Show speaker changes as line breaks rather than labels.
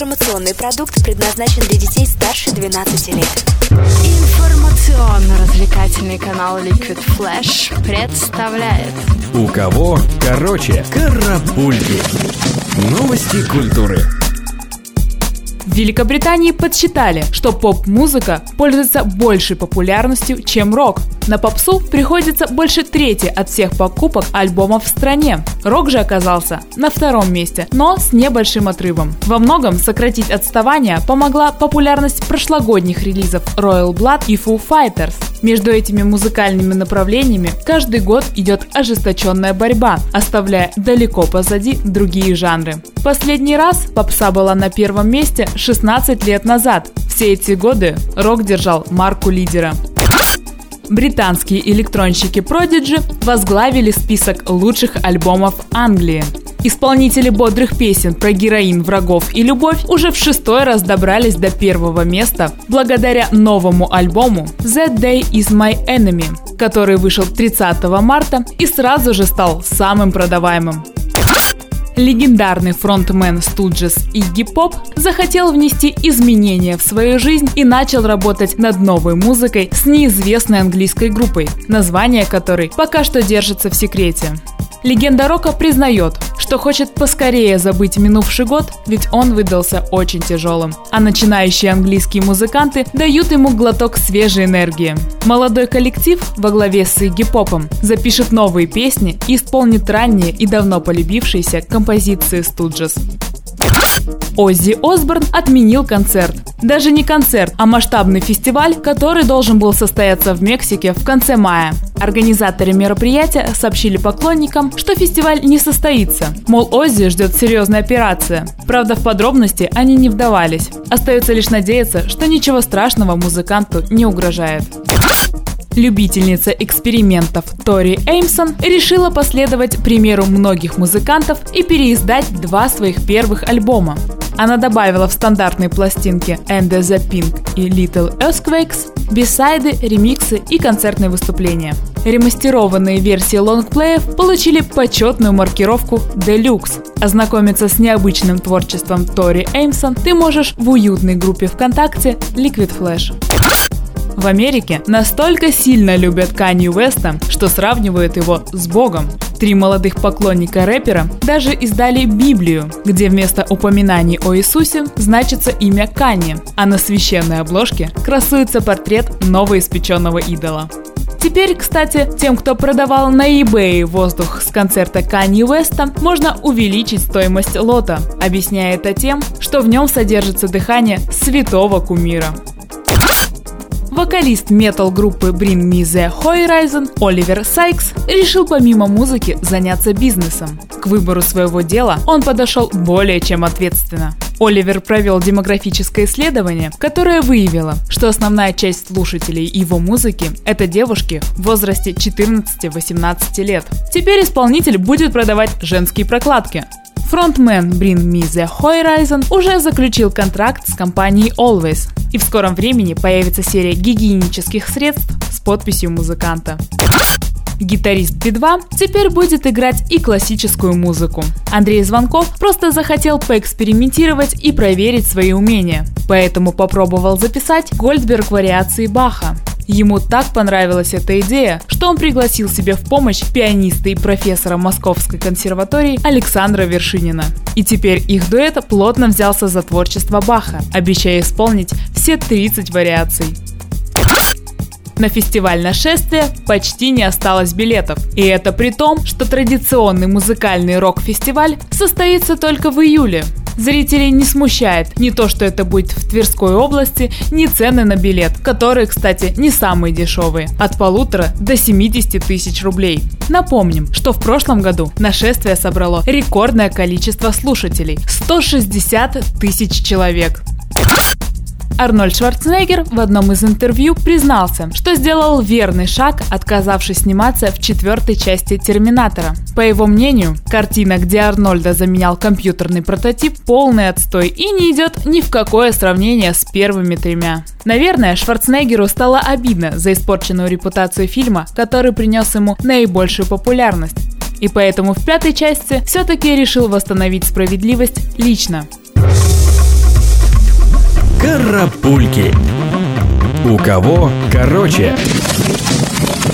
Информационный продукт предназначен для детей старше 12 лет.
Информационно-развлекательный канал Liquid Flash представляет.
У кого короче карапульки. Новости культуры.
В Великобритании подсчитали, что поп-музыка пользуется большей популярностью, чем рок. На попсу приходится больше трети от всех покупок альбомов в стране. Рок же оказался на втором месте, но с небольшим отрывом. Во многом сократить отставание помогла популярность прошлогодних релизов Royal Blood и Foo Fighters. Между этими музыкальными направлениями каждый год идет ожесточенная борьба, оставляя далеко позади другие жанры. Последний раз попса была на первом месте 16 лет назад. Все эти годы рок держал марку лидера. Британские электронщики Prodigy возглавили список лучших альбомов Англии. Исполнители бодрых песен про героин, врагов и любовь уже в 6-й раз добрались до первого места благодаря новому альбому That Day Is My Enemy, который вышел 30 марта и сразу же стал самым продаваемым. Легендарный фронтмен Stooges Игги Поп захотел внести изменения в свою жизнь и начал работать над новой музыкой с неизвестной английской группой, название которой пока что держится в секрете. Легенда рока признает, что хочет поскорее забыть минувший год, ведь он выдался очень тяжелым. А начинающие английские музыканты дают ему глоток свежей энергии. Молодой коллектив во главе с Игги Попом запишет новые песни и исполнит ранние и давно полюбившиеся композиции Stooges. Оззи Осборн отменил концерт. Даже не концерт, а масштабный фестиваль, который должен был состояться в Мексике в конце мая. Организаторы мероприятия сообщили поклонникам, что фестиваль не состоится. Мол, Оззи ждет серьезная операция. Правда, в подробности они не вдавались. Остается лишь надеяться, что ничего страшного музыканту не угрожает. Любительница экспериментов Тори Эймсон решила последовать примеру многих музыкантов и переиздать 2 своих первых альбома. Она добавила в стандартные пластинки Under the Pink и Little Earthquakes бисайды, ремиксы и концертные выступления. Ремастерованные версии лонгплеев получили почетную маркировку Deluxe. Ознакомиться с необычным творчеством Тори Эймсон ты можешь в уютной группе ВКонтакте Liquid Flash. В Америке настолько сильно любят Канье Уэста, что сравнивают его с Богом. 3 молодых поклонника рэпера даже издали Библию, где вместо упоминаний о Иисусе значится имя Канье, а на священной обложке красуется портрет новоиспеченного идола. Теперь, кстати, тем, кто продавал на eBay воздух с концерта Канье Уэста, можно увеличить стоимость лота, объясняя это тем, что в нем содержится дыхание святого кумира. Вокалист метал-группы Bring Me The Horizon Оливер Сайкс решил помимо музыки заняться бизнесом. К выбору своего дела он подошел более чем ответственно. Оливер провел демографическое исследование, которое выявило, что основная часть слушателей его музыки – это девушки в возрасте 14-18 лет. Теперь исполнитель будет продавать женские прокладки. Фронтмен Bring Me The Horizon уже заключил контракт с компанией Always, и в скором времени появится серия гигиенических средств с подписью музыканта. Гитарист Би-2 теперь будет играть и классическую музыку. Андрей Звонков просто захотел поэкспериментировать и проверить свои умения, поэтому попробовал записать Гольдберг-вариации Баха. Ему так понравилась эта идея, что он пригласил себе в помощь пианиста и профессора Московской консерватории Александра Вершинина. И теперь их дуэт плотно взялся за творчество Баха, обещая исполнить все 30 вариаций. На фестиваль «Нашествие» почти не осталось билетов. И это при том, что традиционный музыкальный рок-фестиваль состоится только в июле. Зрителей не смущает ни то, что это будет в Тверской области, ни цены на билет, которые, кстати, не самые дешевые – от 1,5 до 70 тысяч рублей. Напомним, что в прошлом году «Нашествие» собрало рекордное количество слушателей – 160 тысяч человек. Арнольд Шварценеггер в одном из интервью признался, что сделал верный шаг, отказавшись сниматься в 4-й части «Терминатора». По его мнению, картина, где Арнольда заменял компьютерный прототип, полный отстой и не идет ни в какое сравнение с первыми 3. Наверное, Шварценеггеру стало обидно за испорченную репутацию фильма, который принес ему наибольшую популярность. И поэтому в 5-й части все-таки решил восстановить справедливость лично.
Карапульки. У кого короче?